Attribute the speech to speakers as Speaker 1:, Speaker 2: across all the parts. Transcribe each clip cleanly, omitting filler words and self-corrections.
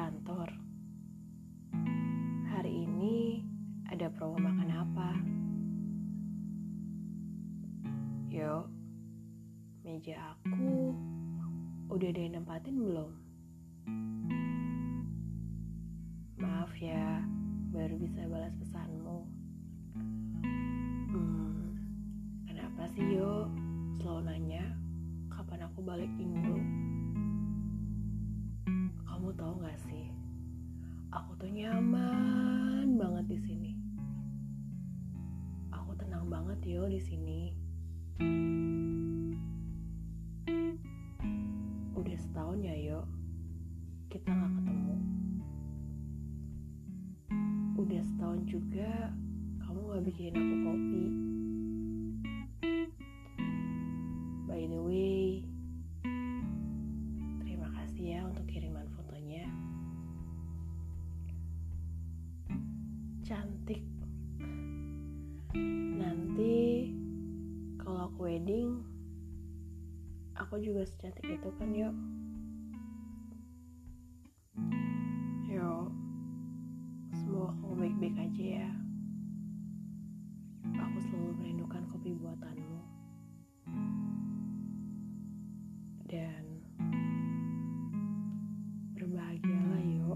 Speaker 1: kantor. Hari ini ada promo makan apa? Yuk, meja aku udah ada yang nempatin belum? Maaf ya, baru bisa balas pesanmu. Kenapa sih Yo selalu nanya kapan aku balik Indo? Kamu tahu gak sih, aku tuh nyaman banget di sini. Aku tenang banget Yo di sini. Udah setahun ya Yo, kita gak ketemu. Udah setahun juga kamu gak bikinin aku kopi. By the way, terima kasih ya untuk kiriman fotonya. Cantik. Nanti kalau aku wedding, aku juga secantik itu kan Yo. Yo, semoga kamu baik-baik aja ya. Aku selalu merindukan kopi buatanmu. Dan berbahagialah Yo.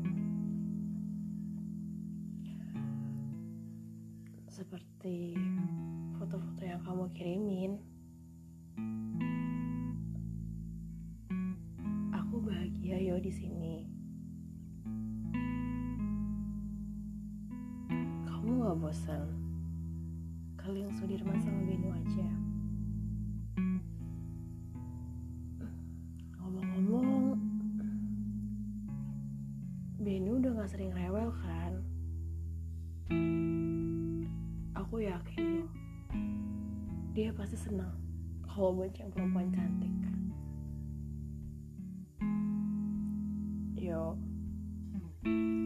Speaker 1: Seperti foto-foto yang kamu kirimin. Aku bahagia Yo di sini. Kamu gak bosan keliling Sudirman sama Benu aja? Ngomong-ngomong, Benu udah gak sering rewel kan? Aku yakin loh, dia pasti senang kalau bonceng perempuan cantik. Yo,